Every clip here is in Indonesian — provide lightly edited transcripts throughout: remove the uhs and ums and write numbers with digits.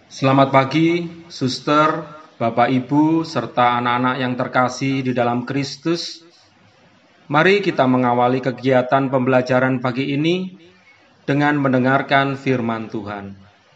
Selamat pagi, suster, Bapak Ibu, serta anak-anak yang terkasih di dalam Kristus. Mari kita mengawali kegiatan pembelajaran pagi ini dengan mendengarkan firman Tuhan.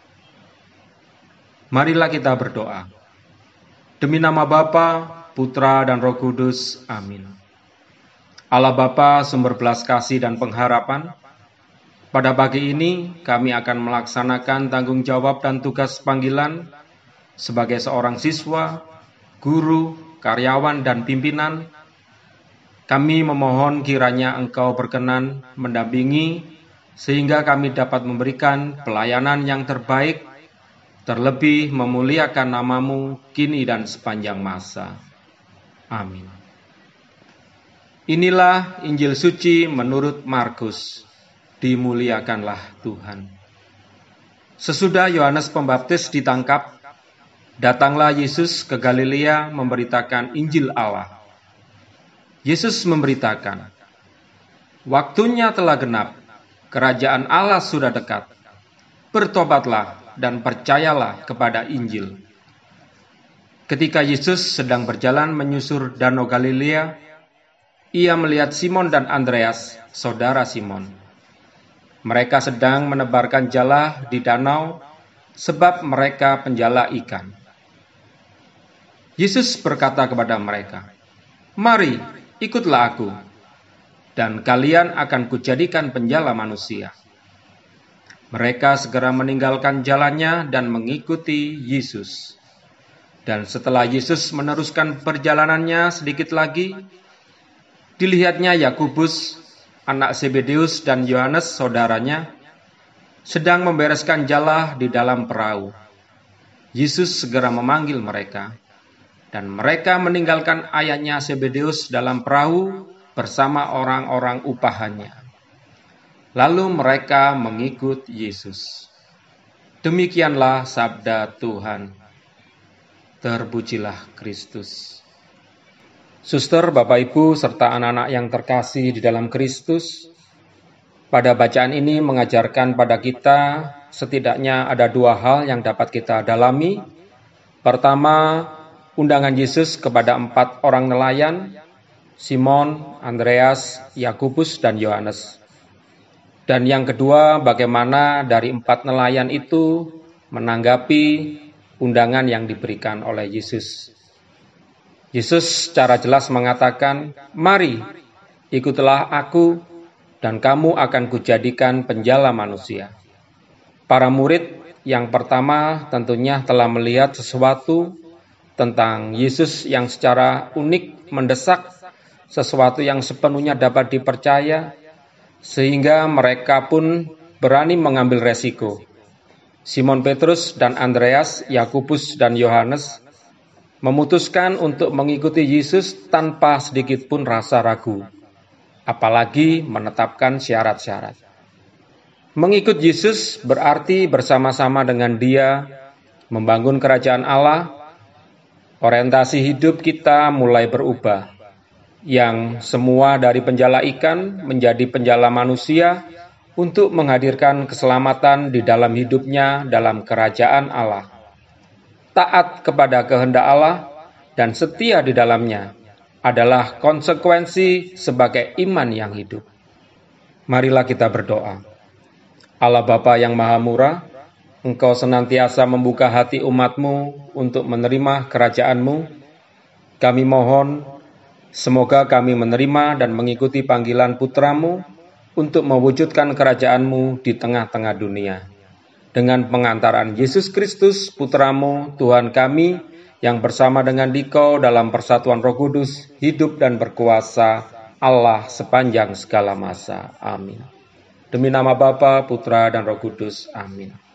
Marilah kita berdoa. Demi nama Bapa, Putra, dan Roh Kudus. Amin. Allah Bapa, sumber belas kasih dan pengharapan, pada pagi ini kami akan melaksanakan tanggung jawab dan tugas panggilan sebagai seorang siswa, guru, karyawan, dan pimpinan. Kami memohon kiranya Engkau berkenan mendampingi sehingga kami dapat memberikan pelayanan yang terbaik, terlebih memuliakan nama-Mu kini dan sepanjang masa. Amin. Inilah Injil suci menurut Markus. Dimuliakanlah Tuhan. Sesudah Yohanes Pembaptis ditangkap, datanglah Yesus ke Galilea memberitakan Injil Allah. Yesus memberitakan, "Waktunya telah genap, kerajaan Allah sudah dekat. Bertobatlah dan percayalah kepada Injil." Ketika Yesus sedang berjalan menyusur Danau Galilea, Ia melihat Simon dan Andreas, saudara Simon. Mereka sedang menebarkan jala di danau sebab mereka penjala ikan. Yesus berkata kepada mereka, "Mari, ikutlah aku, dan kalian akan kujadikan penjala manusia." Mereka segera meninggalkan jalannya dan mengikuti Yesus. Dan setelah Yesus meneruskan perjalanannya sedikit lagi, dilihatnya Yakobus, anak Zebedeus, dan Yohanes saudaranya sedang membereskan jala di dalam perahu. Yesus segera memanggil mereka, dan mereka meninggalkan ayahnya Zebedeus dalam perahu bersama orang-orang upahannya. Lalu mereka mengikut Yesus. Demikianlah sabda Tuhan. Terpujilah Kristus. Suster, Bapak Ibu, serta anak-anak yang terkasih di dalam Kristus, pada bacaan ini mengajarkan pada kita setidaknya ada dua hal yang dapat kita dalami. Pertama, undangan Yesus kepada 4 orang nelayan, Simon, Andreas, Yakobus, dan Yohanes. Dan yang kedua, bagaimana dari 4 nelayan itu menanggapi undangan yang diberikan oleh Yesus. Yesus secara jelas mengatakan, "Mari, ikutlah aku, dan kamu akan kujadikan penjala manusia." Para murid yang pertama tentunya telah melihat sesuatu tentang Yesus yang secara unik mendesak, sesuatu yang sepenuhnya dapat dipercaya, sehingga mereka pun berani mengambil resiko. Simon Petrus dan Andreas, Yakobus dan Yohanes memutuskan untuk mengikuti Yesus tanpa sedikit pun rasa ragu, apalagi menetapkan syarat-syarat. Mengikut Yesus berarti bersama-sama dengan Dia membangun kerajaan Allah. Orientasi hidup kita mulai berubah, yang semua dari penjala ikan menjadi penjala manusia untuk menghadirkan keselamatan di dalam hidupnya dalam kerajaan Allah. Taat kepada kehendak Allah dan setia di dalamnya adalah konsekuensi sebagai iman yang hidup. Marilah kita berdoa. Allah Bapa yang Maha Murah, Engkau senantiasa membuka hati umat-Mu untuk menerima kerajaan-Mu. Kami mohon, semoga kami menerima dan mengikuti panggilan Putra-Mu untuk mewujudkan kerajaan-Mu di tengah-tengah dunia. Dengan pengantaran Yesus Kristus, Putra-Mu, Tuhan kami, yang bersama dengan Dikau dalam persatuan Roh Kudus, hidup dan berkuasa Allah sepanjang segala masa. Amin. Demi nama Bapa, Putra, dan Roh Kudus. Amin.